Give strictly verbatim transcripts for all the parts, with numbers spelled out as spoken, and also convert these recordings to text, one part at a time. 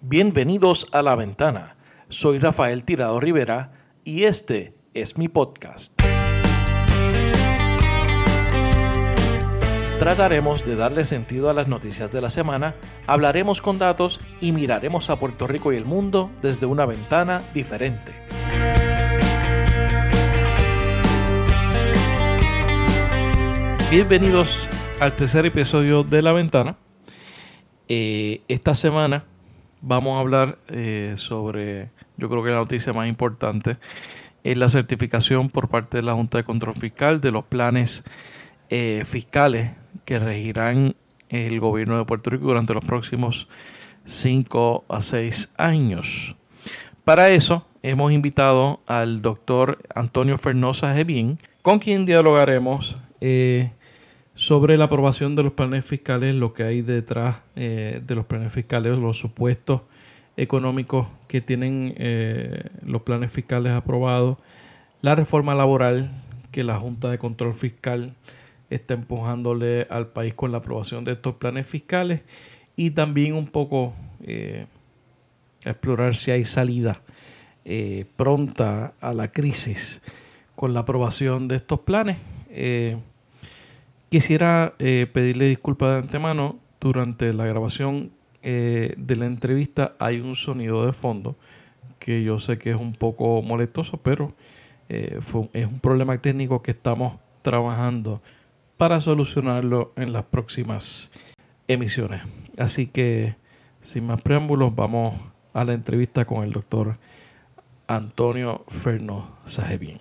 Bienvenidos a La Ventana. Soy Rafael Tirado Rivera y este es mi podcast. Trataremos de darle sentido a las noticias de la semana, hablaremos con datos y miraremos a Puerto Rico y el mundo desde una ventana diferente. Bienvenidos al tercer episodio de La Ventana. Eh, esta semana vamos a hablar eh, sobre, yo creo que la noticia más importante es la certificación por parte de la Junta de Control Fiscal de los planes eh, fiscales que regirán el gobierno de Puerto Rico durante los próximos cinco a seis años. Para eso hemos invitado al doctor Antonio Fernosa Gevín, con quien dialogaremos eh, sobre la aprobación de los planes fiscales, lo que hay detrás eh, de los planes fiscales, los supuestos económicos que tienen eh, los planes fiscales aprobados, la reforma laboral que la Junta de Control Fiscal está empujándole al país con la aprobación de estos planes fiscales, y también un poco eh, a explorar si hay salida eh, pronta a la crisis con la aprobación de estos planes. Eh, Quisiera eh, pedirle disculpas de antemano. Durante la grabación eh, de la entrevista hay un sonido de fondo que yo sé que es un poco molestoso, pero eh, fue, es un problema técnico que estamos trabajando para solucionarlo en las próximas emisiones. Así que, sin más preámbulos, vamos a la entrevista con el doctor Antonio Fernosa Gevín.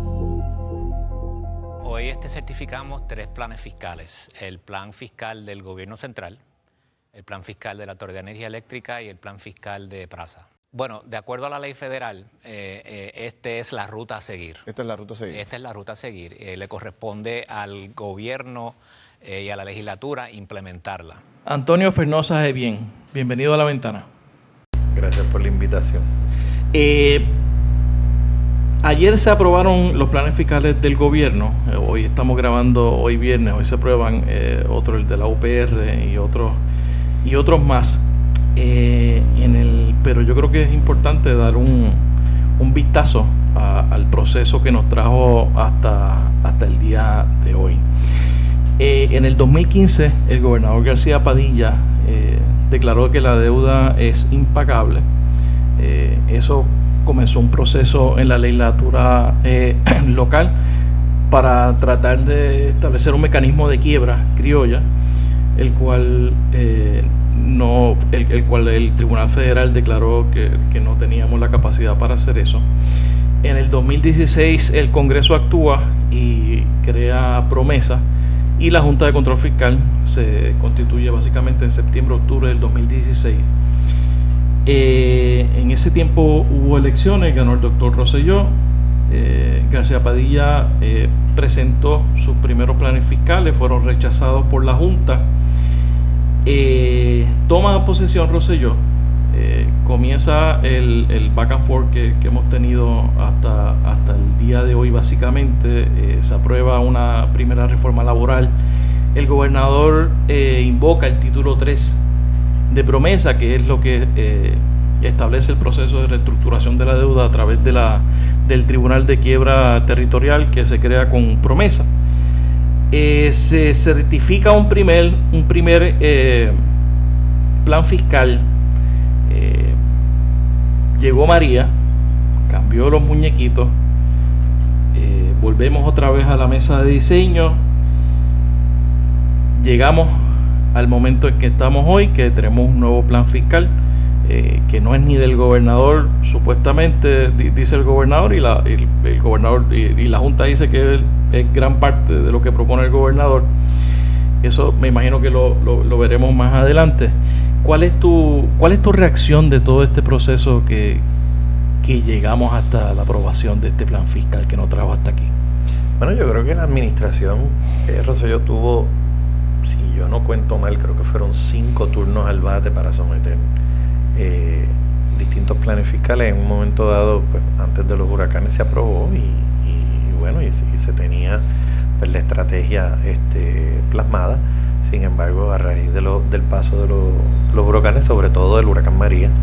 Hoy este certificamos tres planes fiscales: el plan fiscal del gobierno central, el plan fiscal de la Autoridad de Energía Eléctrica y el plan fiscal de PRASA. Bueno, de acuerdo a la ley federal, eh, eh, esta es la ruta a seguir. Esta es la ruta a seguir. Esta es la ruta a seguir. Eh, le corresponde al gobierno eh, y a la legislatura implementarla. Antonio Fernosa Gevín, bienvenido a La Ventana. Gracias por la invitación. Eh, Ayer se aprobaron los planes fiscales del gobierno. Eh, hoy estamos grabando, hoy viernes, hoy se aprueban eh, otro, el de la U P R y otros y otros más. Eh, en el, pero yo creo que es importante dar un, un vistazo a, al proceso que nos trajo hasta, hasta el día de hoy. Eh, en el dos mil quince, el gobernador García Padilla eh, declaró que la deuda es impagable. Eh, eso comenzó un proceso en la legislatura eh, local para tratar de establecer un mecanismo de quiebra criolla, el cual eh, no el, el cual el Tribunal Federal declaró que, que no teníamos la capacidad para hacer eso. En el dos mil dieciséis el Congreso actúa y crea Promesa, y la Junta de Control Fiscal se constituye básicamente en septiembre-octubre del dos mil dieciséis. Eh, en ese tiempo hubo elecciones, ganó el doctor Rosselló. eh, García Padilla eh, presentó sus primeros planes fiscales, fueron rechazados por la Junta. Eh, toma posesión Rosselló, eh, comienza el, el back and forth que, que hemos tenido hasta, hasta el día de hoy básicamente. Eh, se aprueba una primera reforma laboral, el gobernador eh, invoca el título tres de Promesa, que es lo que eh, establece el proceso de reestructuración de la deuda a través de la, del Tribunal de Quiebra Territorial que se crea con Promesa. Eh, se certifica un primer, un primer eh, plan fiscal. Eh, llegó María, cambió los muñequitos, eh, volvemos otra vez a la mesa de diseño, llegamos al momento en que estamos hoy, que tenemos un nuevo plan fiscal eh, que no es ni del gobernador, supuestamente di, dice el gobernador, y la, el, el gobernador y, y la Junta dice que es, es gran parte de lo que propone el gobernador. Eso me imagino que lo, lo, lo veremos más adelante. ¿Cuál es tu, cuál es tu reacción de todo este proceso que, que llegamos hasta la aprobación de este plan fiscal que nos trajo hasta aquí? Bueno, yo creo que la administración eh, Rosselló tuvo, si yo no cuento mal, creo que fueron cinco turnos al bate para someter eh, distintos planes fiscales. En un momento dado, pues, antes de los huracanes se aprobó y, y bueno, y, y se tenía pues la estrategia este, plasmada. Sin embargo, a raíz de lo, del paso de, lo, de los huracanes, sobre todo del huracán María,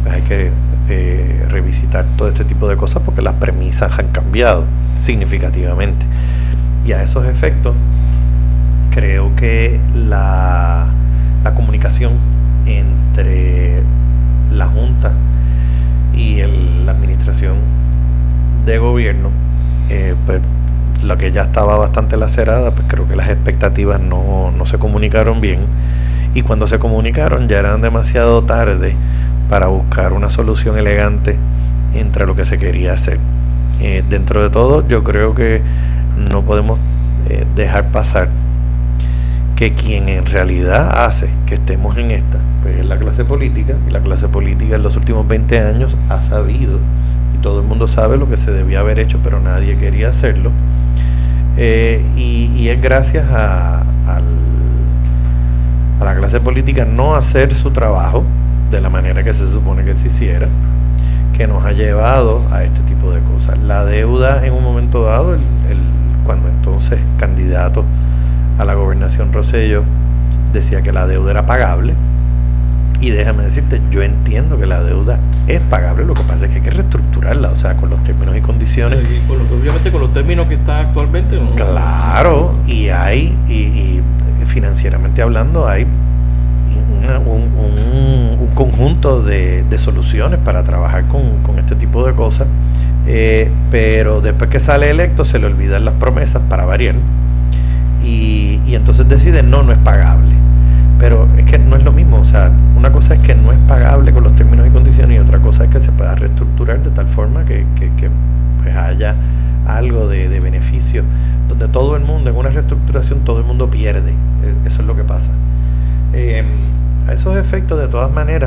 pues hay que eh, revisitar todo este tipo de cosas porque las premisas han cambiado significativamente. Y a esos efectos, creo que la, la comunicación entre la Junta y el, la administración de gobierno, eh, pues lo que ya estaba bastante lacerada, pues creo que las expectativas no, no se comunicaron bien, y cuando se comunicaron ya eran demasiado tarde para buscar una solución elegante entre lo que se quería hacer. Eh, dentro de todo, yo creo que no podemos eh, dejar pasar que quien en realidad hace que estemos en esta, pues es la clase política, y la clase política en los últimos veinte años ha sabido, y todo el mundo sabe lo que se debía haber hecho, pero nadie quería hacerlo, eh, y, y es gracias a, al, a la clase política no hacer su trabajo de la manera que se supone que se hiciera, que nos ha llevado a este tipo de cosas. La deuda en un momento dado, el, el, cuando entonces candidato a la gobernación Rosselló decía que la deuda era pagable, y déjame decirte, yo entiendo que la deuda es pagable, lo que pasa es que hay que reestructurarla, o sea, con los términos y condiciones. Y con lo, obviamente con los términos que está actualmente, ¿no? Claro, y hay, y, y financieramente hablando, hay una, un, un, un conjunto de, de soluciones para trabajar con, con este tipo de cosas, eh, pero después que sale electo se le olvidan las promesas, para variar, y, y entonces decide no, no es pagable. Pero es que no es lo mismo, o sea, una cosa es que no es pagable con los términos y condiciones, y otra cosa es que se pueda reestructurar de tal forma que, que, que pues haya algo de, de beneficio, donde todo el mundo, en una reestructuración, todo el mundo pierde. Eso es lo que pasa. Eh, a esos efectos, de todas maneras,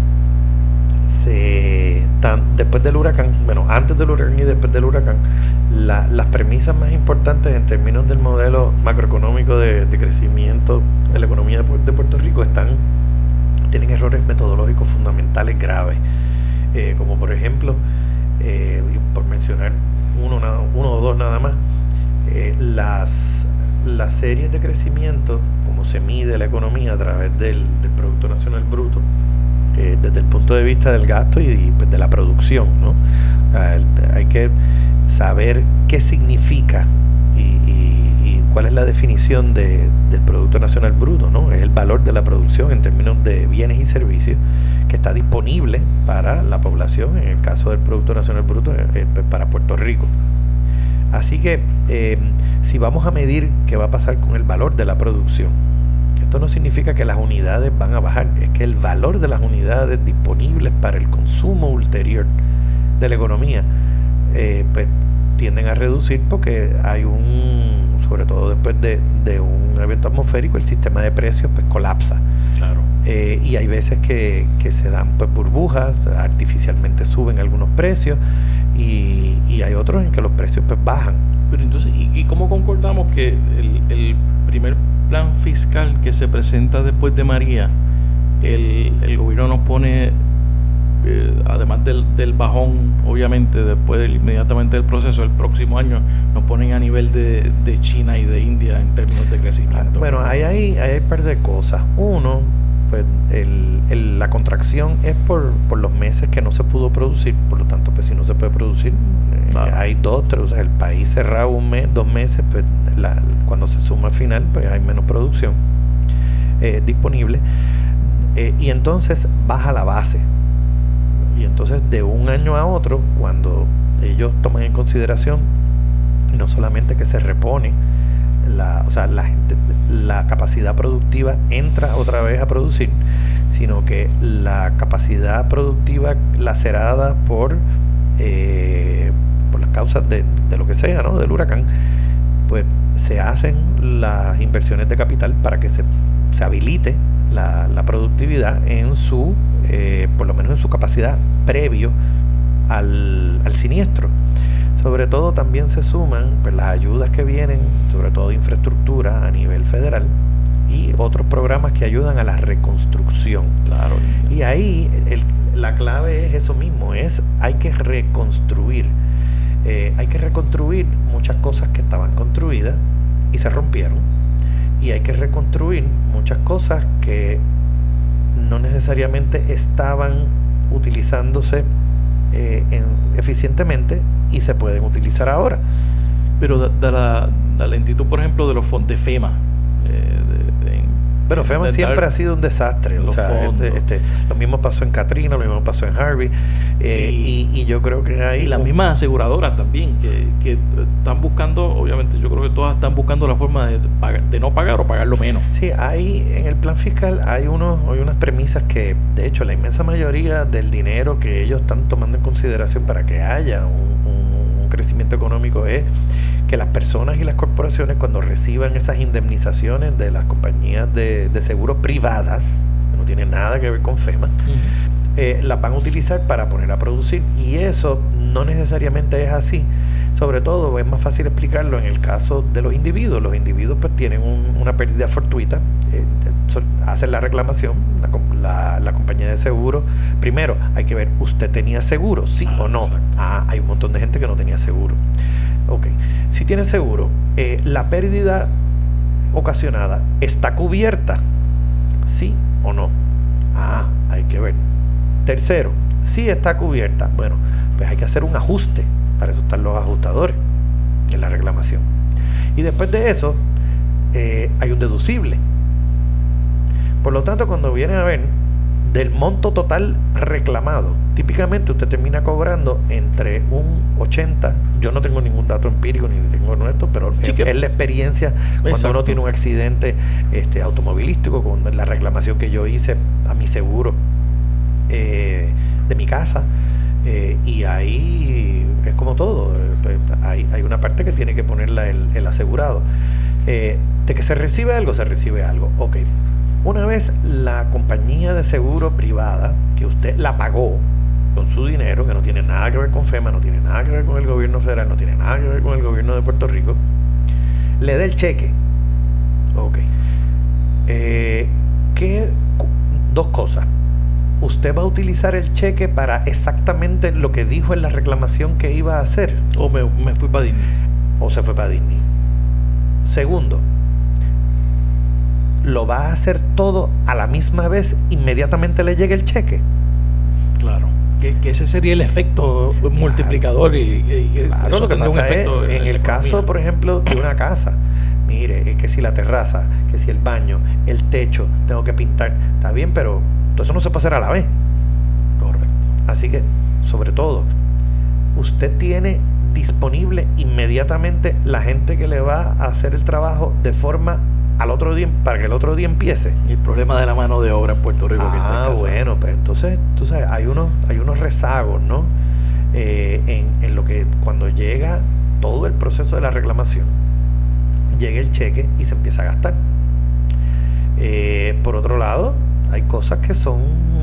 se tan, después del huracán, bueno, antes del huracán y después del huracán, la, las premisas más importantes en términos del modelo macroeconómico de, de crecimiento de la economía de, de Puerto Rico están, tienen errores metodológicos fundamentales graves, eh, como por ejemplo, eh, y por mencionar uno, uno o dos nada más, eh, las, las series de crecimiento, como se mide la economía a través del, del Producto Nacional Bruto, Eh, desde el punto de vista del gasto y, y pues, de la producción, ¿no? Uh, hay que saber qué significa y, y, y cuál es la definición de, del Producto Nacional Bruto, ¿no? Es el valor de la producción en términos de bienes y servicios que está disponible para la población, en el caso del Producto Nacional Bruto, eh, pues, para Puerto Rico. Así que eh, si vamos a medir qué va a pasar con el valor de la producción, esto no significa que las unidades van a bajar, es que el valor de las unidades disponibles para el consumo ulterior de la economía eh, pues tienden a reducir, porque hay un, sobre todo después de, de un evento atmosférico, el sistema de precios pues colapsa. Claro. Eh, y hay veces que, que se dan pues burbujas, artificialmente suben algunos precios, y, y hay otros en que los precios pues bajan. Pero entonces, ¿y, y cómo concordamos que el, el primer plan fiscal que se presenta después de María, el, el gobierno nos pone, eh, además del, del bajón, obviamente, después del, inmediatamente del proceso, el próximo año nos ponen a nivel de, de China y de India en términos de crecimiento? Bueno, ahí hay, hay un par de cosas. Uno, pues el, el, la contracción es por, por los meses que no se pudo producir, por lo tanto, pues si no se puede producir, eh, claro. hay dos, tres, o sea, el país cerrado un mes, dos meses, pues la, cuando se suma al final, pues hay menos producción eh, disponible, eh, y entonces baja la base, y entonces de un año a otro, cuando ellos toman en consideración no solamente que se repone la, o sea, la gente, la capacidad productiva entra otra vez a producir, sino que la capacidad productiva lacerada por eh, por las causas de, de lo que sea, ¿no? Del huracán, pues se hacen las inversiones de capital para que se, se habilite la, la productividad en su, eh, por lo menos en su capacidad previo al, al siniestro. Sobre todo también se suman pues, las ayudas que vienen, sobre todo de infraestructura a nivel federal, y otros programas que ayudan a la reconstrucción. Claro. Y ahí el, la clave es eso mismo, es hay que reconstruir. Eh, hay que reconstruir muchas cosas que estaban construidas y se rompieron, y hay que reconstruir muchas cosas que no necesariamente estaban utilizándose eh, en, eficientemente y se pueden utilizar ahora. Pero da, da la, la lentitud, por ejemplo, de los fondos de FEMA. Eh, de, de, Bueno, FEMA siempre ha sido un desastre. O sea, este, este, lo mismo pasó en Katrina, lo mismo pasó en Harvey. Eh, y, y, y yo creo que hay. Y las un, mismas aseguradoras también, que, que están buscando, obviamente, yo creo que todas están buscando la forma de, pagar, de no pagar o pagar lo menos. Sí, hay en el plan fiscal hay, unos, hay unas premisas que, de hecho, la inmensa mayoría del dinero que ellos están tomando en consideración para que haya un, un, un crecimiento económico es que las personas y las corporaciones, cuando reciban esas indemnizaciones de las compañías de, de seguros privadas, que no tienen nada que ver con FEMA, uh-huh. eh, las van a utilizar para poner a producir. Y eso no necesariamente es así. Sobre todo es más fácil explicarlo en el caso de los individuos. Los individuos pues tienen un, una pérdida fortuita, eh, hacen la reclamación, la, la, la compañía de seguro. Primero hay que ver, ¿usted tenía seguro? ¿Sí ah, o no? Exacto. Ah, hay un montón de gente que no tenía seguro. Ok, si tiene seguro, eh, la pérdida ocasionada está cubierta, ¿sí o no? Ah, hay que ver. Tercero, si está cubierta, bueno, pues hay que hacer un ajuste. Para eso están los ajustadores en la reclamación. Y después de eso, eh, hay un deducible. Por lo tanto, cuando vienen a ver del monto total reclamado, típicamente usted termina cobrando entre un ochenta, yo no tengo ningún dato empírico ni tengo esto, pero sí es, es la experiencia cuando exacto. uno tiene un accidente este, automovilístico, con la reclamación que yo hice a mi seguro eh, de mi casa. Eh, y ahí es como todo, eh, hay, hay una parte que tiene que ponerla el, el asegurado. Eh, de que se recibe algo, se recibe algo. Ok, una vez la compañía de seguro privada, que usted la pagó con su dinero, que no tiene nada que ver con FEMA, no tiene nada que ver con el gobierno federal, no tiene nada que ver con el gobierno de Puerto Rico, le dé el cheque. Ok. Eh, ¿qué? Dos cosas. ¿Usted va a utilizar el cheque para exactamente lo que dijo en la reclamación que iba a hacer? O me, me fui para Disney. O se fue para Disney. Segundo, ¿lo va a hacer todo a la misma vez, inmediatamente le llegue el cheque? Claro. Que, que ese sería el efecto claro. multiplicador y, y claro, eso lo que pasa un efecto es, en, en el caso, por ejemplo, de una casa, mire, es que si la terraza, que si el baño, el techo, tengo que pintar, está bien, pero todo eso no se puede hacer a la vez. Correcto. Así que, sobre todo, usted tiene disponible inmediatamente la gente que le va a hacer el trabajo de forma al otro día, para que el otro día empiece. Y el problema de la mano de obra en Puerto Rico. Ah, que bueno, pues entonces, tú sabes, hay unos, hay unos rezagos, ¿no? Eh, en, en lo que cuando llega todo el proceso de la reclamación, llega el cheque y se empieza a gastar. Eh, por otro lado, hay cosas que son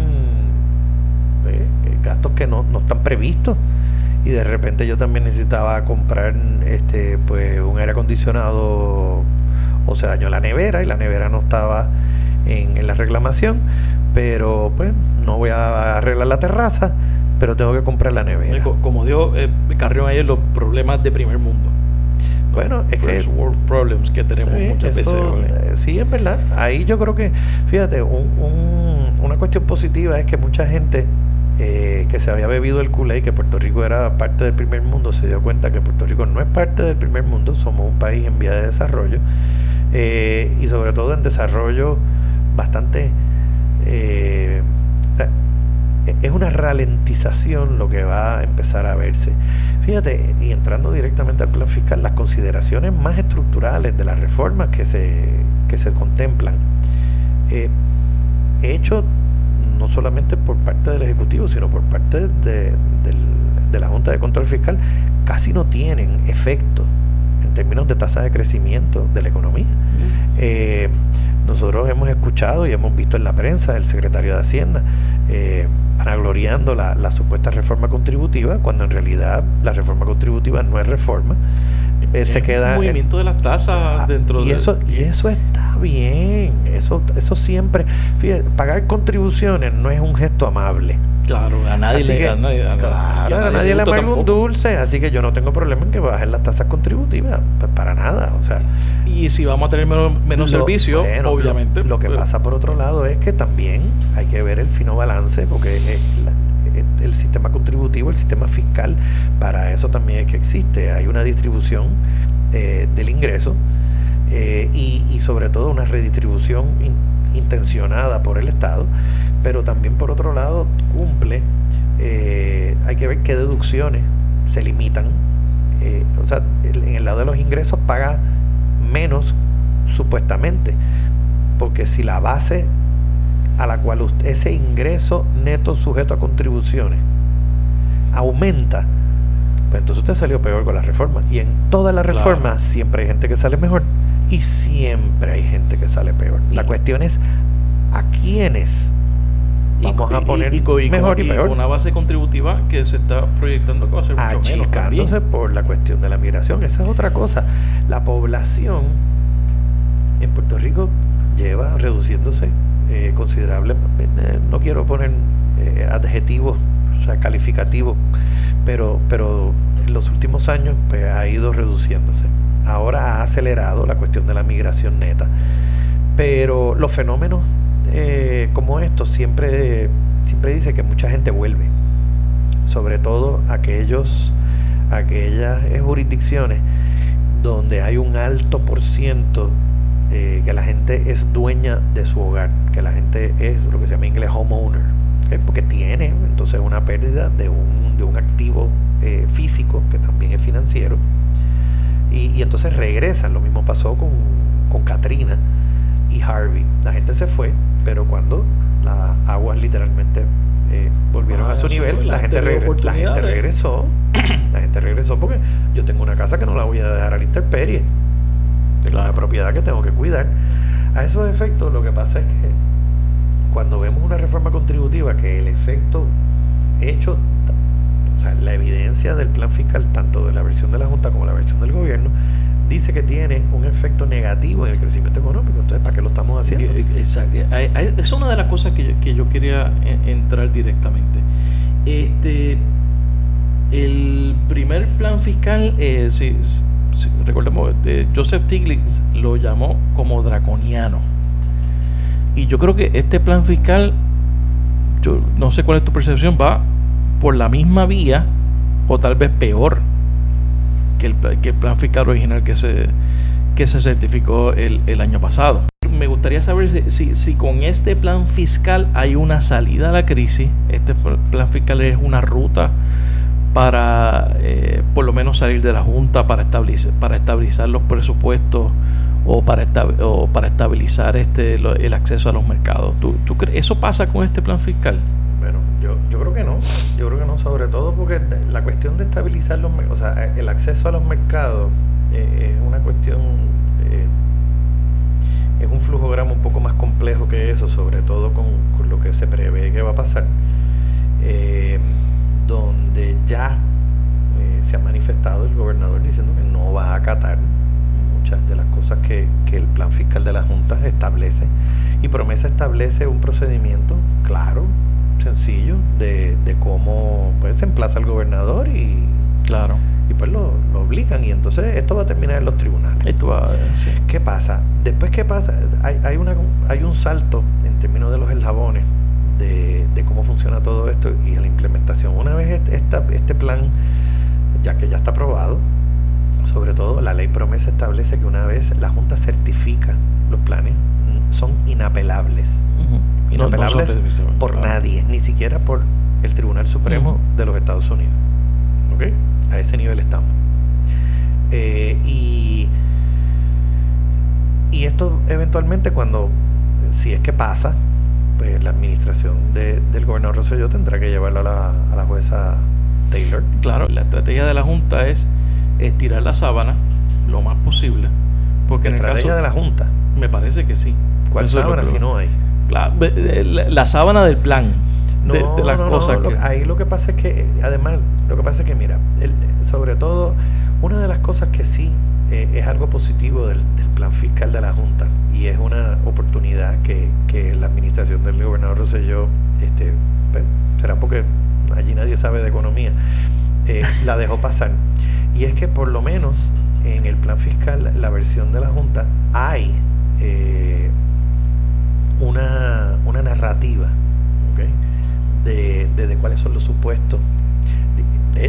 eh, gastos que no, no están previstos. Y de repente yo también necesitaba comprar este pues un aire acondicionado, o se dañó la nevera y la nevera no estaba en, en la reclamación, pero pues no voy a arreglar la terraza, pero tengo que comprar la nevera. Como dio eh, Carrión ayer, los problemas de primer mundo. Bueno, es First que world problems que tenemos sí, muchas eso, veces. Eh, sí, es verdad. Ahí yo creo que, fíjate, un, un, una cuestión positiva es que mucha gente eh, que se había bebido el Kool-Aid, que Puerto Rico era parte del primer mundo, se dio cuenta que Puerto Rico no es parte del primer mundo, somos un país en vía de desarrollo, eh, y sobre todo en desarrollo bastante eh, es una ralentización lo que va a empezar a verse. Fíjate, y entrando directamente al plan fiscal, las consideraciones más estructurales de las reformas que se, que se contemplan, eh, hecho no solamente por parte del Ejecutivo, sino por parte de, de, de la Junta de Control Fiscal, casi no tienen efecto en términos de tasa de crecimiento de la economía. Mm. Eh, nosotros hemos escuchado y hemos visto en la prensa el secretario de Hacienda eh, vanagloriando la, la supuesta reforma contributiva, cuando en realidad la reforma contributiva no es reforma. Eh, se queda un movimiento en, de las tasas ah, dentro y de eso y eso está bien, eso eso siempre, fíjate, pagar contribuciones no es un gesto amable. Claro, a nadie le, que, a nadie, a claro, a nadie, a nadie le amarga un dulce, así que yo no tengo problema en que bajen las tasas contributivas, pues para nada, o sea. Y si vamos a tener menos, menos lo, servicios, bueno, obviamente. Lo, lo que pues, pasa por otro lado es que también hay que ver el fino balance, porque eh, la, contributivo, el sistema fiscal, para eso también es que existe. Hay una distribución eh, del ingreso eh, y, y sobre todo una redistribución in, intencionada por el Estado, pero también por otro lado cumple, eh, hay que ver qué deducciones se limitan. Eh, o sea, en el lado de los ingresos paga menos supuestamente, porque si la base a la cual usted, ese ingreso neto sujeto a contribuciones aumenta, pues entonces usted salió peor con la reforma. Y en todas las reformas claro. siempre hay gente que sale mejor y siempre hay gente que sale peor. Y la cuestión es a quiénes vamos y, a poner y, y, y, mejor y, y peor. Una base contributiva que se está proyectando que va a ser mucho menos achicándose por la cuestión de la migración. Esa es otra cosa. La población en Puerto Rico lleva reduciéndose eh, considerablemente. Eh, no quiero poner eh, adjetivos, o sea, calificativos, pero, pero en los últimos años pues, ha ido reduciéndose. Ahora ha acelerado la cuestión de la migración neta. Pero los fenómenos eh, como estos siempre, siempre dice que mucha gente vuelve. Sobre todo aquellos, aquellas jurisdicciones donde hay un alto por ciento Eh, que la gente es dueña de su hogar, que la gente es lo que se llama en inglés homeowner, ¿okay? Porque tiene entonces una pérdida de un, de un activo eh, físico que también es financiero y, y entonces regresan. Lo mismo pasó con, con Katrina y Harvey. La gente se fue, pero cuando las aguas literalmente eh, volvieron ah, a su nivel, la, la, gente regre- la gente regresó la gente regresó porque yo tengo una casa que no la voy a dejar a la intemperie. Tengo claro. una propiedad que tengo que cuidar. A esos efectos, lo que pasa es que cuando vemos una reforma contributiva, que el efecto hecho, o sea, la evidencia del plan fiscal, tanto de la versión de la Junta como la versión del gobierno, dice que tiene un efecto negativo en el crecimiento económico. Entonces, ¿para qué lo estamos haciendo? Exacto. Es una de las cosas que yo, que yo quería entrar directamente. Este, el primer plan fiscal, eh, sí, Sí, recordemos, eh, Joseph Stiglitz lo llamó como draconiano. Y yo creo que este plan fiscal, yo no sé cuál es tu percepción, va por la misma vía o tal vez peor que el, que el plan fiscal original que se, que se certificó el, el año pasado. Me gustaría saber si, si, si con este plan fiscal hay una salida a la crisis. Este plan fiscal es una ruta para eh, por lo menos salir de la Junta, para estabilizar, para estabilizar los presupuestos o para estab- o para estabilizar este lo, el acceso a los mercados. ¿Tú, tú crees eso pasa con este plan fiscal? Bueno, yo, yo creo que no. Yo creo que no, sobre todo porque la cuestión de estabilizar los mercados, o sea, el acceso a los mercados eh, es una cuestión, eh, es un flujograma un poco más complejo que eso, sobre todo con, con lo que se prevé que va a pasar. Eh, donde ya eh, se ha manifestado el gobernador diciendo que no va a acatar muchas de las cosas que, que el plan fiscal de la Junta establece, y Promesa establece un procedimiento claro, sencillo, de, de cómo pues, se emplaza al gobernador y claro y pues lo, lo obligan, y entonces esto va a terminar en los tribunales. Esto va, sí. ¿Qué pasa? Después, ¿qué pasa? Hay, hay, una, hay un salto en términos de los eslabones De, de cómo funciona todo esto y la implementación. Una vez esta, este plan, ya que ya está aprobado, sobre todo la ley Promesa establece que una vez la Junta certifica los planes, son inapelables. Uh-huh. Inapelables no, no son por claro. nadie, ni siquiera por el Tribunal Supremo uh-huh. de los Estados Unidos. ¿Ok? A ese nivel estamos. Eh, y, y esto eventualmente cuando, si es que pasa, pues la administración de, del gobernador Rosselló tendrá que llevarlo a la, a la jueza Taylor. Claro, la estrategia de la Junta es estirar la sábana lo más posible. Porque ¿La en estrategia el caso, de la Junta? Me parece que sí. ¿Cuál Eso sábana si no hay? Claro, la, la sábana del plan. De, no, de las no, cosas no, que... lo, ahí lo que pasa es que, además, lo que pasa es que, mira, el, sobre todo, una de las cosas que sí eh, es algo positivo del, del plan fiscal de la Junta, y es una oportunidad que, que la administración del gobernador Rosselló, este, pues, será porque allí nadie sabe de economía, eh, la dejó pasar. Y es que por lo menos en el plan fiscal, la versión de la Junta, hay eh, una, una narrativa, ¿okay? de, de, de cuáles son los supuestos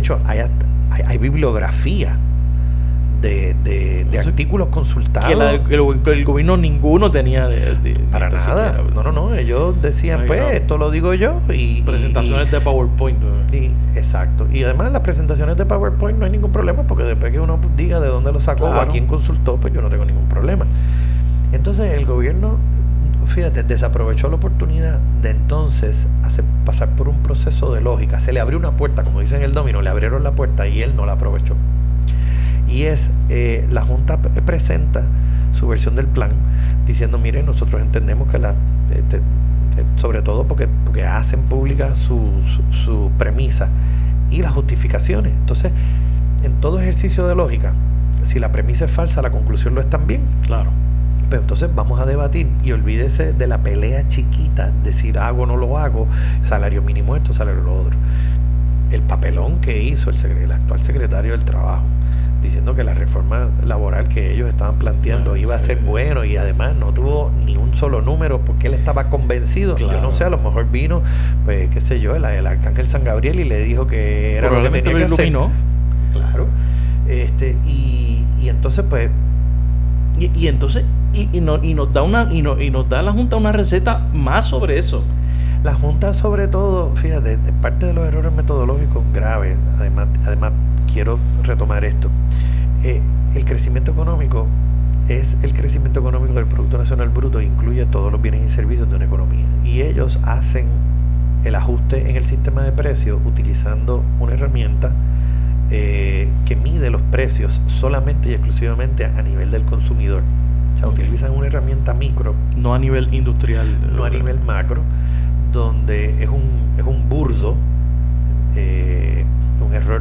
hecho, hay, hay, hay bibliografía de, de, de artículos consultados. Que la, el, el gobierno ninguno tenía de, de, para de nada. Siquiera. No, no, no. Ellos decían, no, pues, no. esto lo digo yo. Y presentaciones y, de PowerPoint. ¿No? Y, exacto. Y además las presentaciones de PowerPoint no hay ningún problema, porque después que uno diga de dónde lo sacó claro. o a quién consultó, pues yo no tengo ningún problema. Entonces el gobierno, fíjate, desaprovechó la oportunidad de entonces hacer, pasar por un proceso de lógica. Se le abrió una puerta, como dicen el dominó, le abrieron la puerta y él no la aprovechó. Y es, eh, la Junta p- presenta su versión del plan diciendo, miren, nosotros entendemos que la, este, eh, sobre todo porque, porque hacen pública su, su, su premisa y las justificaciones. Entonces, en todo ejercicio de lógica, si la premisa es falsa, la conclusión lo es también. Claro. Pero entonces vamos a debatir y olvídese de la pelea chiquita, decir hago o no lo hago, salario mínimo esto, salario lo otro. El papelón que hizo el, secre- el actual secretario del Trabajo, diciendo que la reforma laboral que ellos estaban planteando no, iba sí. a ser bueno, y además no tuvo ni un solo número porque él estaba convencido. Claro. Yo no sé, a lo mejor vino, pues qué sé yo, el, el arcángel San Gabriel y le dijo que era lo que tenía que hacer. Claro. Este, y, y entonces pues y, y entonces y, y, no, y nos da una y, no, y nos da la Junta una receta más sobre eso. La Junta, sobre todo, fíjate, parte de los errores metodológicos graves, además, además quiero retomar esto. Eh, el crecimiento económico es el crecimiento económico del Producto Nacional Bruto, incluye todos los bienes y servicios de una economía. Y ellos hacen el ajuste en el sistema de precios utilizando una herramienta eh, que mide los precios solamente y exclusivamente a nivel del consumidor. O sea, okay. utilizan una herramienta micro. No a nivel industrial. No a nivel macro, donde es un, es un burdo, eh, un error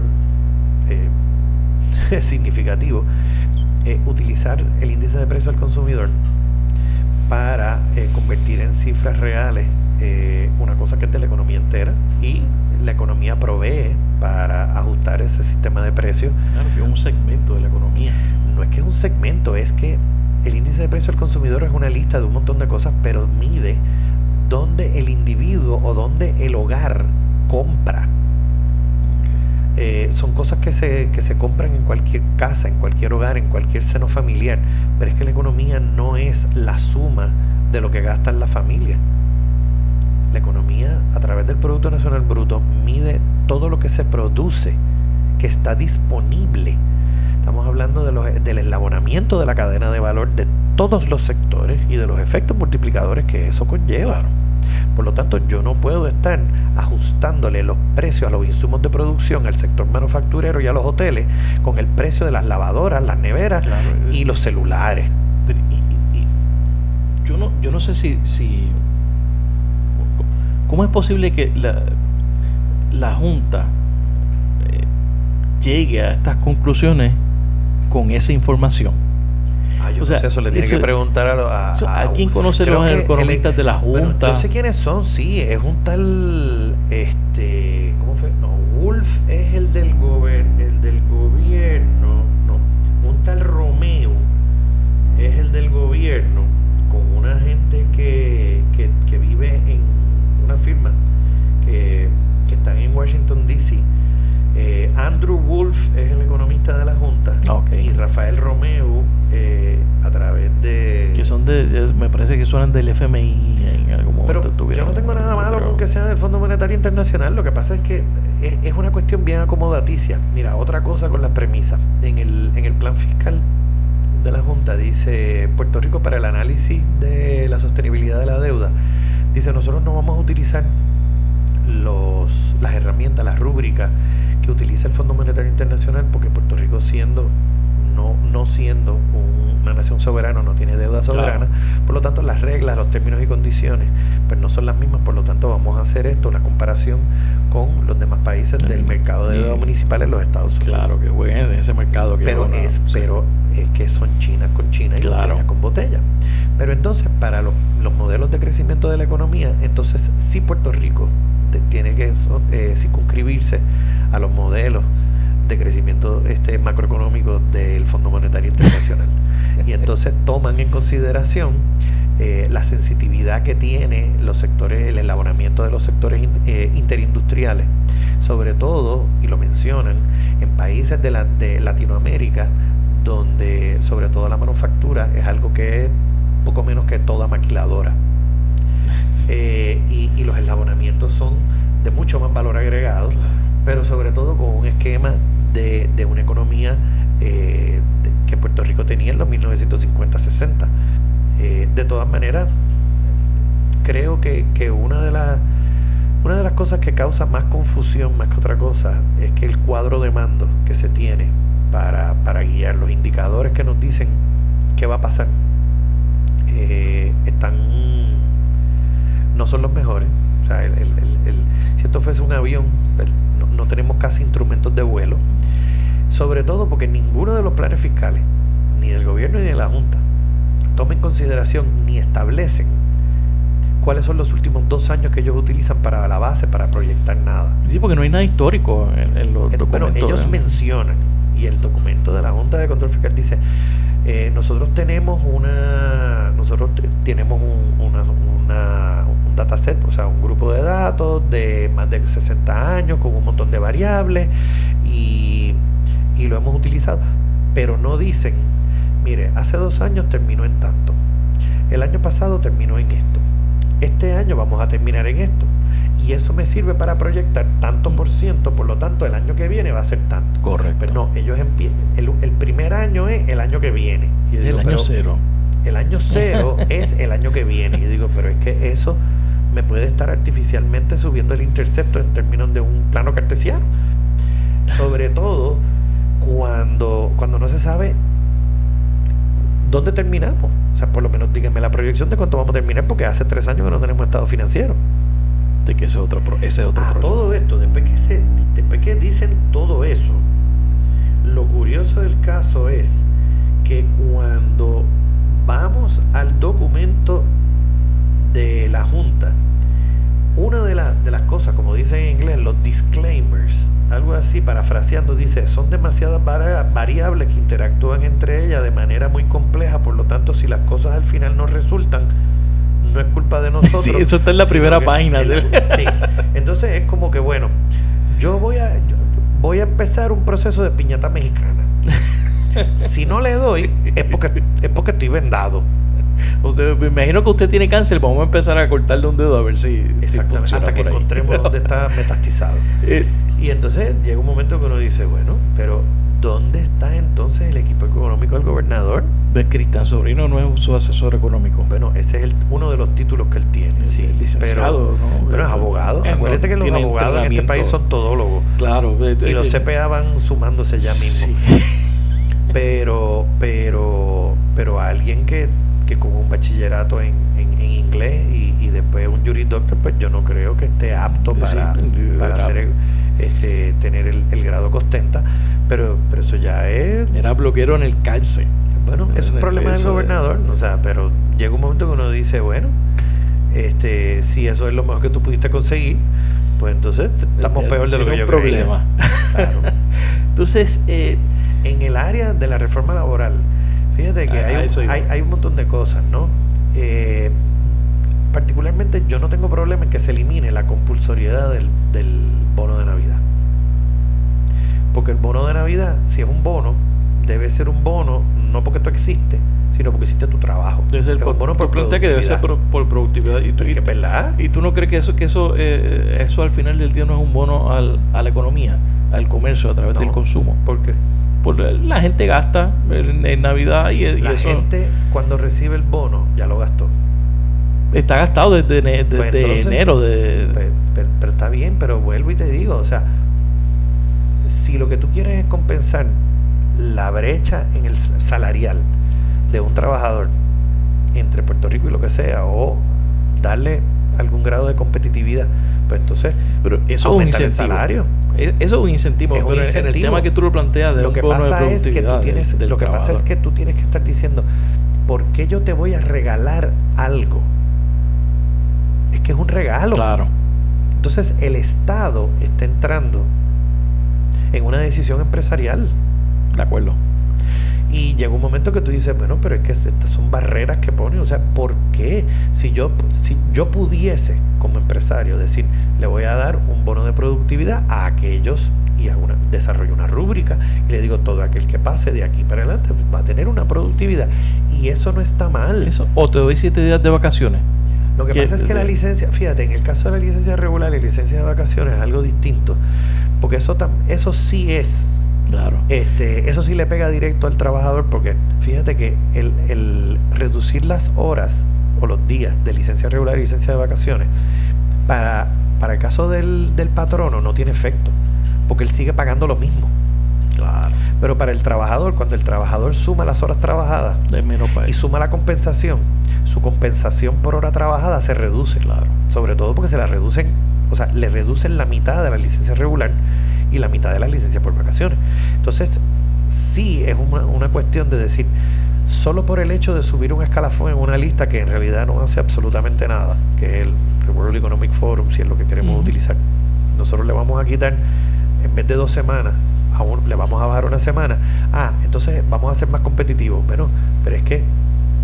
eh, significativo, eh, utilizar el índice de precio al consumidor para eh, convertir en cifras reales eh, una cosa que es de la economía entera, y la economía provee para ajustar ese sistema de precios. Claro, que es un segmento de la economía. No es que es un segmento, es que el índice de precio al consumidor es una lista de un montón de cosas, pero mide donde el individuo o donde el hogar compra. Eh, son cosas que se, que se compran en cualquier casa, en cualquier hogar, en cualquier seno familiar, pero es que la economía no es la suma de lo que gastan las familias. La economía, a través del Producto Nacional Bruto, mide todo lo que se produce, que está disponible. Estamos hablando de los, del eslabonamiento de la cadena de valor de todos los sectores y de los efectos multiplicadores que eso conlleva. Claro. Por lo tanto, yo no puedo estar ajustándole los precios a los insumos de producción al sector manufacturero y a los hoteles con el precio de las lavadoras, las neveras, claro, y los celulares. Pero, y, y, y, yo no yo no sé si, si ¿cómo es posible que la, la Junta eh, llegue a estas conclusiones con esa información? Ah, yo o sea, no sé, eso le tiene que preguntar a, a, a, a ¿quién conoce los economistas el, de la Junta? Bueno, yo sé quiénes son, sí, es un tal, este, ¿cómo fue? No, Wolf es el del gober, el del gobierno, no, un tal Romeo es el del gobierno, con una gente que, que, que vive en una firma que, que están en Washington D C. Eh, Andrew Wolf es el economista de la Junta, okay. Y Rafael Romeo eh, a través de... que son de, me parece que suenan del F M I en algún momento. Pero yo no tengo nada malo pero... con que sean del Fondo Monetario Internacional. Lo que pasa es que es, es una cuestión bien acomodaticia. Mira, otra cosa con las premisas. En el, en el plan fiscal de la Junta dice Puerto Rico, para el análisis de la sostenibilidad de la deuda, dice, nosotros no vamos a utilizar los las herramientas, las rúbricas que utiliza el Fondo Monetario Internacional, porque Puerto Rico, siendo no no siendo un, una nación soberana, no tiene deuda soberana, claro. Por lo tanto las reglas, los términos y condiciones pues no son las mismas, por lo tanto vamos a hacer esto, la comparación con los demás países sí. del mercado de deuda municipal en los Estados Unidos. Claro, que jueguen en ese mercado. Que pero es sí. pero es que son China con China y claro. botella con botella. Pero entonces, para los, los modelos de crecimiento de la economía, entonces sí Puerto Rico tiene que eh, circunscribirse a los modelos de crecimiento este macroeconómico del Fondo Monetario Internacional. Y entonces toman en consideración eh, la sensitividad que tiene los sectores, el elaboramiento de los sectores in, eh, interindustriales, sobre todo, y lo mencionan, en países de, la, de Latinoamérica, donde sobre todo la manufactura es algo que es poco menos que toda maquiladora. Eh, y, y los elaboramientos son de mucho más valor agregado, pero sobre todo con un esquema de, de una economía eh, de, que Puerto Rico tenía en los mil novecientos cincuenta sesenta. Eh, de todas maneras, creo que, que una de las una de las cosas que causa más confusión más que otra cosa es que el cuadro de mando que se tiene para, para guiar los indicadores que nos dicen qué va a pasar eh, están no son los mejores. O sea, el, el, el, el, si esto fuese un avión, el, no, no tenemos casi instrumentos de vuelo, sobre todo porque ninguno de los planes fiscales, ni del gobierno ni de la Junta, toma en consideración ni establecen cuáles son los últimos dos años que ellos utilizan para la base, para proyectar nada. Sí, porque no hay nada histórico en, en los el, documentos. Bueno, ellos ¿eh? mencionan, y el documento de la Junta de Control Fiscal dice, eh, nosotros tenemos una, nosotros t- tenemos un, una, una, un dataset, o sea, un grupo de datos de más de sesenta años con un montón de variables y, y lo hemos utilizado, pero no dicen, mire, hace dos años terminó en tanto, el año pasado terminó en esto, este año vamos a terminar en esto, y eso me sirve para proyectar tanto por ciento, por lo tanto el año que viene va a ser tanto. Correcto. Pero no, ellos empiezan, el, el primer año es el año que viene. Y yo digo, el año cero. El año cero es el año que viene. Y yo digo, pero es que eso me puede estar artificialmente subiendo el intercepto en términos de un plano cartesiano. Sobre todo cuando, cuando no se sabe dónde terminamos. O sea, por lo menos díganme la proyección de cuánto vamos a terminar, porque hace tres años que no tenemos estado financiero. Sí, que ese es otro, ese es otro ah, problema. Todo esto, después que, se, después que dicen todo eso, lo curioso del caso es que cuando vamos al documento de la Junta, una de, la, de las cosas, como dicen en inglés, los disclaimers, algo así, parafraseando, dice, son demasiadas variables que interactúan entre ellas de manera muy compleja, por lo tanto, si las cosas al final no resultan, no es culpa de nosotros. Sí, eso está en la primera página. El, sí. Entonces es como que, bueno, yo voy a yo voy a empezar un proceso de piñata mexicana. Si no le doy, es porque es porque estoy vendado. Usted, me imagino que usted tiene cáncer, vamos a empezar a cortarle un dedo a ver si, si funciona hasta que por ahí. Encontremos dónde está metastizado. Eh, y entonces llega un momento que uno dice, bueno, pero ¿dónde está entonces el equipo económico del gobernador? De Cristian Sobrino no es su asesor económico. Bueno, ese es el, uno de los títulos que él tiene. El, sí, el licenciado, pero, ¿no? Pero es abogado. Eh, Acuérdate no, que los abogados en este país son todólogos. Claro. Eh, y los eh, C P A van sumándose ya mismo. Sí. Pero, pero, pero alguien que, que con un bachillerato en, en, en inglés y, y después un jurisdoctor, pues yo no creo que esté apto para, sí, para hacer el, este, tener el, el grado que ostenta. Pero, pero eso ya es... Era bloquero en el cárcel. Bueno, eso es un problema del gobernador, o sea, pero llega un momento que uno dice, bueno, este, si eso es lo mejor que tú pudiste conseguir, pues entonces estamos peor de lo que yo creía. Problema. Claro. Entonces, eh, en el área de la reforma laboral, fíjate que ah, hay, un, hay, hay un montón de cosas, ¿no? Eh, particularmente yo no tengo problema en que se elimine la compulsoriedad del, del bono de Navidad. Porque el bono de Navidad, si es un bono, debe ser un bono, no porque esto existe, sino porque existe tu trabajo. Debe ser por, bono por, por plantea que debe ser por, por productividad. Y tú, y, es verdad. ¿Y tú no crees que eso que eso eh, eso al final del día no es un bono al, a la economía, al comercio, a través no. del consumo? ¿Por qué? Porque la gente gasta en, en Navidad y, y la eso... La gente cuando recibe el bono ya lo gastó. Está gastado desde, desde pues entonces, enero. De... Pues, pero, pero está bien, pero vuelvo y te digo, o sea, si lo que tú quieres es compensar la brecha en el salarial de un trabajador entre Puerto Rico y lo que sea, o darle algún grado de competitividad, pues entonces pero eso aumentar es un incentivo. El salario. Eso es un incentivo, es un pero incentivo. En el tema que tú lo planteas de lo un que bono pasa de productividad es que tú tienes, del, del lo que trabajador. pasa es que tú tienes que estar diciendo, ¿por qué yo te voy a regalar algo? Es que es un regalo. Claro. Entonces el Estado está entrando en una decisión empresarial. De acuerdo. Y llega un momento que tú dices, bueno, pero es que estas son barreras que ponen. O sea, ¿por qué? Si yo, si yo pudiese, como empresario, decir, le voy a dar un bono de productividad a aquellos, y a una, desarrollo una rúbrica, y le digo, todo aquel que pase de aquí para adelante va a tener una productividad. Y eso no está mal. Eso. O te doy siete días de vacaciones. Lo que pasa es que de... la licencia, fíjate, en el caso de la licencia regular y licencia de vacaciones es algo distinto. Porque eso, tam, eso sí es... Claro. Este, eso sí le pega directo al trabajador, porque fíjate que el, el reducir las horas o los días de licencia regular y licencia de vacaciones para, para el caso del, del patrono no tiene efecto, porque él sigue pagando lo mismo. Claro. Pero para el trabajador, cuando el trabajador suma las horas trabajadas y suma la compensación, su compensación por hora trabajada se reduce. Claro. Sobre todo porque se la reducen, o sea, le reducen la mitad de la licencia regular y la mitad de la licencia por vacaciones. Entonces, sí es una, una cuestión de decir, solo por el hecho de subir un escalafón en una lista que en realidad no hace absolutamente nada, que es el World Economic Forum, si es lo que queremos uh-huh. utilizar, nosotros le vamos a quitar, en vez de dos semanas, a un, le vamos a bajar una semana. Ah, entonces vamos a ser más competitivos. Bueno, pero es que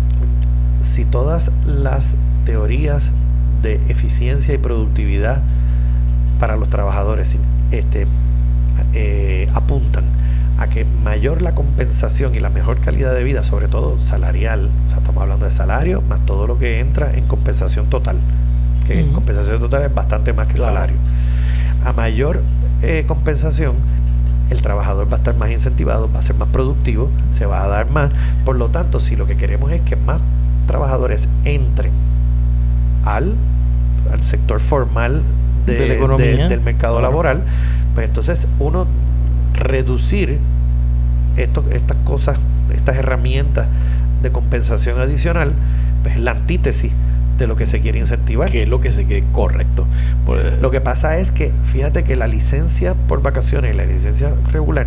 si todas las teorías de eficiencia y productividad para los trabajadores este, eh, apuntan a que mayor la compensación y la mejor calidad de vida, sobre todo salarial, o sea, estamos hablando de salario más todo lo que entra en compensación total, que uh-huh. compensación total es bastante más que claro. salario. A mayor eh, compensación, el trabajador va a estar más incentivado, va a ser más productivo, se va a dar más. Por lo tanto, si lo que queremos es que más trabajadores entren al, al sector formal de, de la economía, de, del mercado claro. laboral, pues entonces uno reducir esto, estas cosas, estas herramientas de compensación adicional, pues es la antítesis de lo que se quiere incentivar. Que es lo que se quiere, correcto. Pues, lo que pasa es que, fíjate que la licencia por vacaciones y la licencia regular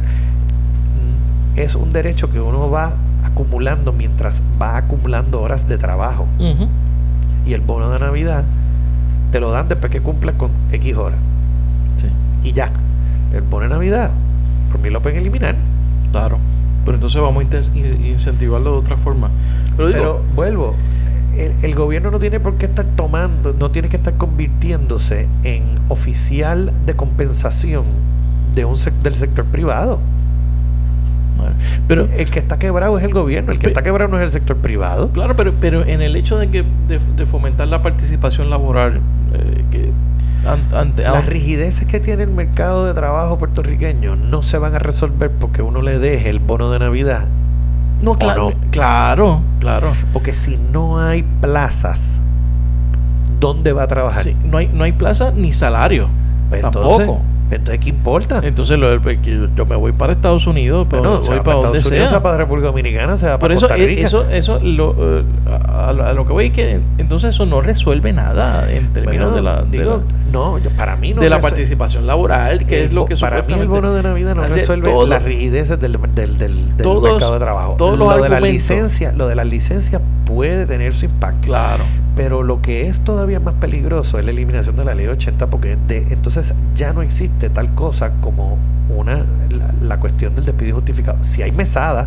es un derecho que uno va acumulando mientras va acumulando horas de trabajo. Uh-huh. Y el bono de Navidad te lo dan después que cumplas con X horas. Sí. Y ya. El bono de Navidad, por mí lo pueden eliminar. Claro. Pero entonces vamos a incentivarlo de otra forma. Pero, digo, Pero vuelvo. El, el gobierno no tiene por qué estar tomando, no tiene que estar convirtiéndose en oficial de compensación de un sec, del sector privado. Bueno, pero el que está quebrado es el gobierno, el que pero, está quebrado no es el sector privado. Claro, pero pero en el hecho de que de, de fomentar la participación laboral, eh, que ante, ante, las rigideces que tiene el mercado de trabajo puertorriqueño no se van a resolver porque uno le deje el bono de Navidad. No, claro, no. claro, claro. Porque si no hay plazas, ¿dónde va a trabajar? Sí, no hay, no hay plaza ni salario. Pues tampoco. Entonces, entonces, ¿qué importa? Entonces, lo, yo, yo me voy para Estados Unidos, pero bueno, voy para, para donde Estados sea. Unidos, Se va para República Dominicana, se va para eso, Costa Rica. Eso, eso, lo, uh, a, a lo que voy es que entonces eso no resuelve nada en términos bueno, de la, de digo, la, no, yo, para mí no de la participación laboral, que el, es lo que para mí el bono de Navidad no resuelve todo, las rigideces del, del, del, del todos, mercado de trabajo. Todos lo los de las licencias, lo de las licencias puede tener su impacto. Claro. Pero lo que es todavía más peligroso es la eliminación de la ley ochenta, porque de, entonces ya no existe tal cosa como una la, la cuestión del despido injustificado. Si hay mesada,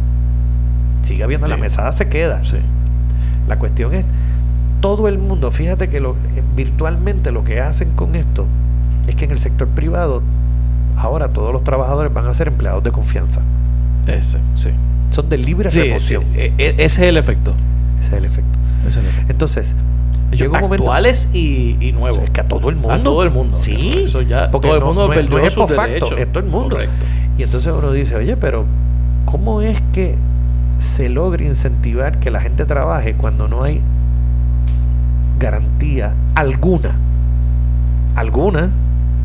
sigue habiendo, sí. La mesada se queda. Sí. La cuestión es, todo el mundo, fíjate que lo, virtualmente lo que hacen con esto es que en el sector privado ahora todos los trabajadores van a ser empleados de confianza. Ese, sí. Son de libre sí, remoción. Sí. E- ese es el efecto. Ese es el efecto. Ese es el efecto. Entonces, llegó un momento, actuales y, y nuevos. Es que a todo el mundo. A todo el mundo. Sí. Eso ya, porque todo el no, mundo no, perdió no es sus por derechos. facto, es todo el mundo. Correcto. Y entonces uno dice, oye, pero ¿cómo es que se logra incentivar que la gente trabaje cuando no hay garantía alguna, alguna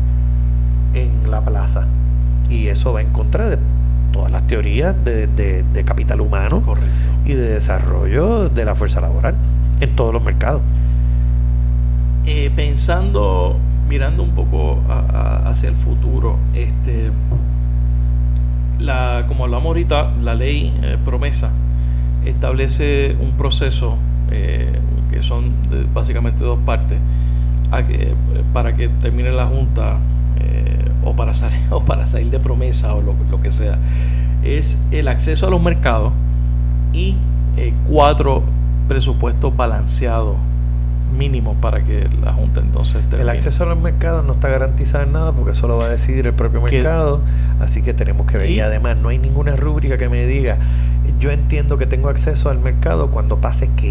en la plaza? Y eso va en contra de todas las teorías de, de, de capital humano. Correcto. Y de desarrollo de la fuerza laboral en todos los mercados. Eh, pensando, mirando un poco a, a, hacia el futuro, este, la, como hablamos ahorita, la ley eh, promesa establece un proceso eh, que son de, básicamente dos partes a que, para que termine la Junta eh, o para salir, o para salir de promesa o lo, lo que sea, es el acceso a los mercados y eh, cuatro presupuestos balanceados mínimos para que la Junta entonces termine. El acceso a los mercados no está garantizado en nada porque eso lo va a decidir el propio mercado, así que tenemos que ver. Y, y además no hay ninguna rúbrica que me diga, yo entiendo que tengo acceso al mercado cuando pase qué.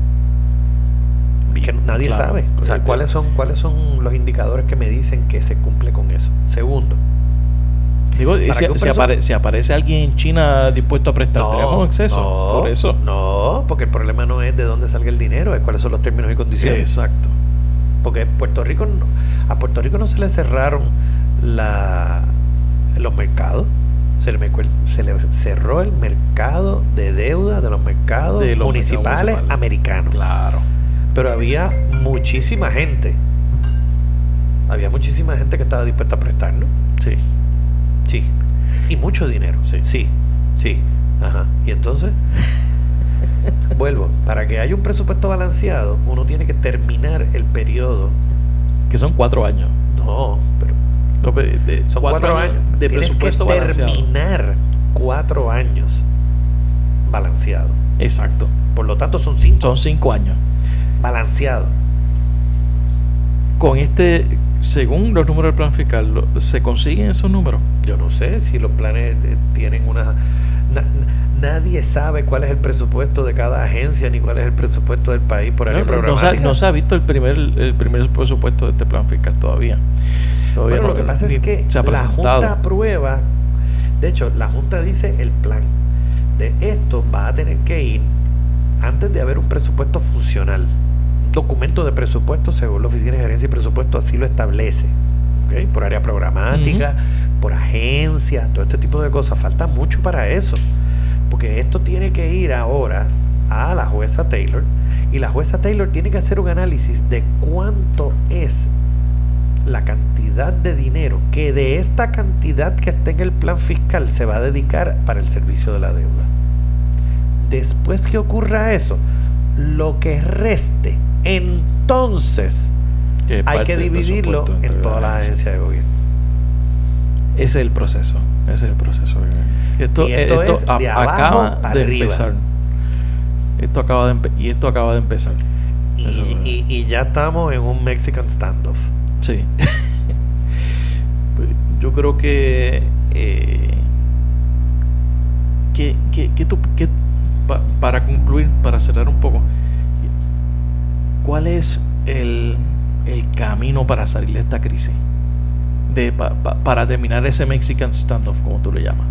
Y que nadie claro, sabe. O sea, ¿cuáles son, ¿cuáles son los indicadores que me dicen que se cumple con eso? Segundo. Digo, si, si, preso... apare, si aparece alguien en China dispuesto a prestar, no, ¿tenemos acceso? No, por eso. No, porque el problema no es de dónde salga el dinero, es cuáles son los términos y condiciones. Exacto. Porque Puerto Rico no, a Puerto Rico no se le cerraron la, los mercados. Se le, se le cerró el mercado de deuda de los mercados de los municipales, municipales americanos. Claro. Pero había muchísima gente. Había muchísima gente que estaba dispuesta a prestar, ¿no? Sí. Sí. Y mucho dinero. Sí. Sí. Sí. Ajá. Y entonces, vuelvo. Para que haya un presupuesto balanceado, uno tiene que terminar el periodo. Que son cuatro años. No, pero. No, de, de, son cuatro, cuatro años de tienes presupuesto que terminar balanceado. Cuatro años balanceado. Exacto. Por lo tanto, son cinco. Son cinco años. Balanceado. Con este, según los números del plan fiscal, ¿se consiguen esos números? Yo no sé si los planes de, tienen una... Na, nadie sabe cuál es el presupuesto de cada agencia ni cuál es el presupuesto del país por área no, programática. No se, no se ha visto el primer el primer presupuesto de este plan fiscal todavía. todavía bueno, no, lo que pasa es que la Junta aprueba, de hecho, la Junta dice el plan de esto va a tener que ir antes de haber un presupuesto funcional. Documento de presupuesto según la Oficina de Gerencia y Presupuesto así lo establece, ¿okay? Por área programática, uh-huh. por agencia, todo este tipo de cosas. Falta mucho para eso, porque esto tiene que ir ahora a la jueza Taylor y la jueza Taylor tiene que hacer un análisis de cuánto es la cantidad de dinero que de esta cantidad que está en el plan fiscal se va a dedicar para el servicio de la deuda. Después que ocurra eso, lo que reste, entonces hay que dividirlo en todas las agencias de gobierno. Ese es el proceso. Ese es el proceso. Esto, y esto, esto es de a, abajo acaba para de arriba. Empezar. Esto acaba de empe- y esto acaba de empezar. Y, y, y ya estamos en un Mexican standoff. Sí. Yo creo que eh, que, que, que, tú, que pa, para concluir, para cerrar un poco, ¿cuál es el, el camino para salir de esta crisis? De, pa, pa, para terminar ese Mexican standoff, como tú le llamas.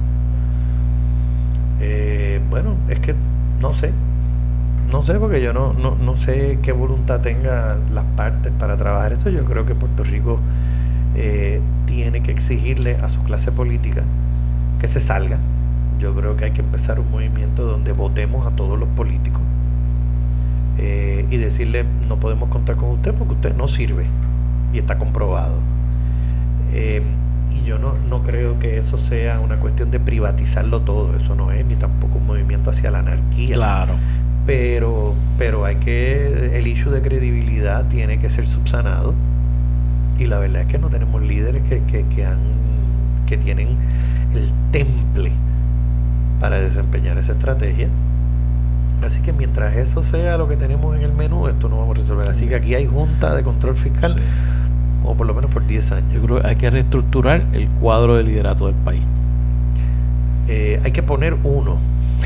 Eh, bueno, es que no sé. No sé, porque yo no, no, no sé qué voluntad tenga las partes para trabajar esto. Yo creo que Puerto Rico eh, tiene que exigirle a su clase política que se salga. Yo creo que hay que empezar un movimiento donde votemos a todos los políticos eh, y decirle no podemos contar con usted porque usted no sirve y está comprobado. Eh, y yo no, no creo que eso sea una cuestión de privatizarlo todo. Eso no es, ni tampoco un movimiento hacia la anarquía. Claro. Pero, pero hay que, el issue de credibilidad tiene que ser subsanado y la verdad es que no tenemos líderes que, que, que, han, que tienen el temple para desempeñar esa estrategia. Así que mientras eso sea lo que tenemos en el menú, esto no vamos a resolver. Así que aquí hay Junta de Control Fiscal, sí. o por lo menos por diez años. Yo creo que hay que reestructurar el cuadro de liderato del país. Eh, hay que poner uno.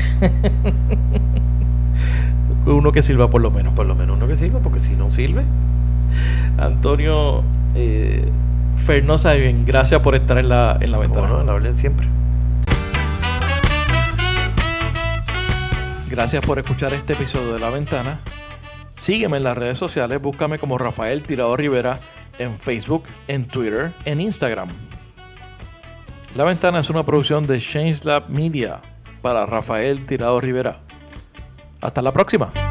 Uno que sirva por lo menos. Por lo menos uno que sirva, porque si no sirve. Antonio eh, Fernosa, bien, gracias por estar en la, en la ventana. No, la orden siempre. Gracias por escuchar este episodio de La Ventana. Sígueme en las redes sociales, búscame como Rafael Tirado Rivera en Facebook, en Twitter, en Instagram. La Ventana es una producción de Change Lab Media para Rafael Tirado Rivera. Hasta la próxima.